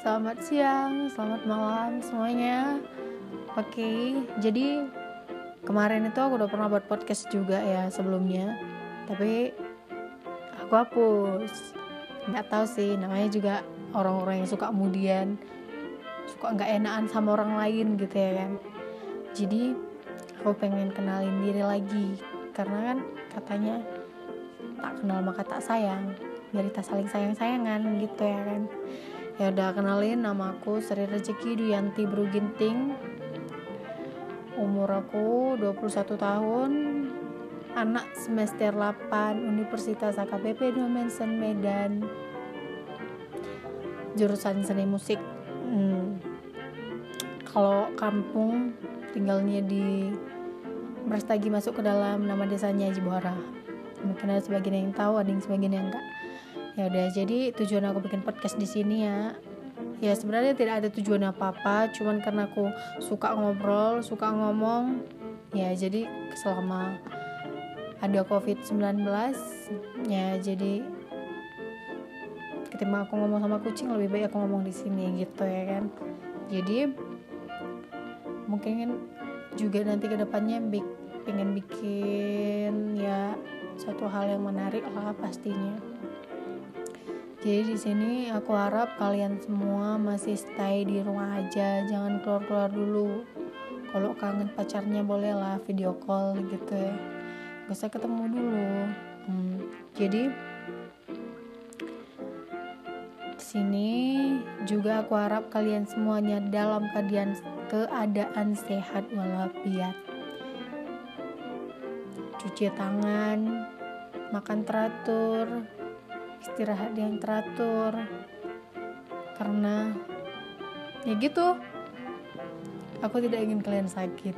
selamat siang, selamat malam semuanya. Oke, jadi kemarin itu aku udah pernah buat podcast juga ya sebelumnya, tapi aku hapus. Nggak tahu sih, namanya juga orang-orang yang suka kemudian suka nggak enakan sama orang lain gitu ya kan. Jadi aku pengen kenalin diri lagi, karena kan katanya tak kenal maka tak sayang, jadi tak saling sayang-sayangan gitu ya kan. Ya udah, kenalin, nama aku Sri Rezeki Duyanti Bruginting. Umur aku 21 tahun, anak semester 8 Universitas AKBP Dimension Medan, jurusan seni musik. Kalau kampung tinggalnya di Brastagi, masuk ke dalam nama desanya Jibuhara. Mungkin ada sebagian yang tahu, ada yang sebagian yang enggak. Ya udah, jadi tujuan aku bikin podcast di sini ya sebenarnya tidak ada tujuan apa-apa, cuman karena aku suka ngobrol, suka ngomong. Ya jadi selama ada COVID-19 ya, jadi ketimbang aku ngomong sama kucing, lebih baik aku ngomong di sini gitu ya kan. Jadi mungkin juga nanti kedepannya pengen bikin ya satu hal yang menarik lah pastinya. Jadi di sini aku harap kalian semua masih stay di rumah aja, jangan keluar-keluar dulu. Kalau kangen pacarnya bolehlah video call gitu ya, gak usah ketemu dulu. Jadi di sini juga aku harap kalian semuanya dalam keadaan sehat walafiat. Cuci tangan, makan teratur, istirahat yang teratur, karena ya gitu, aku tidak ingin kalian sakit.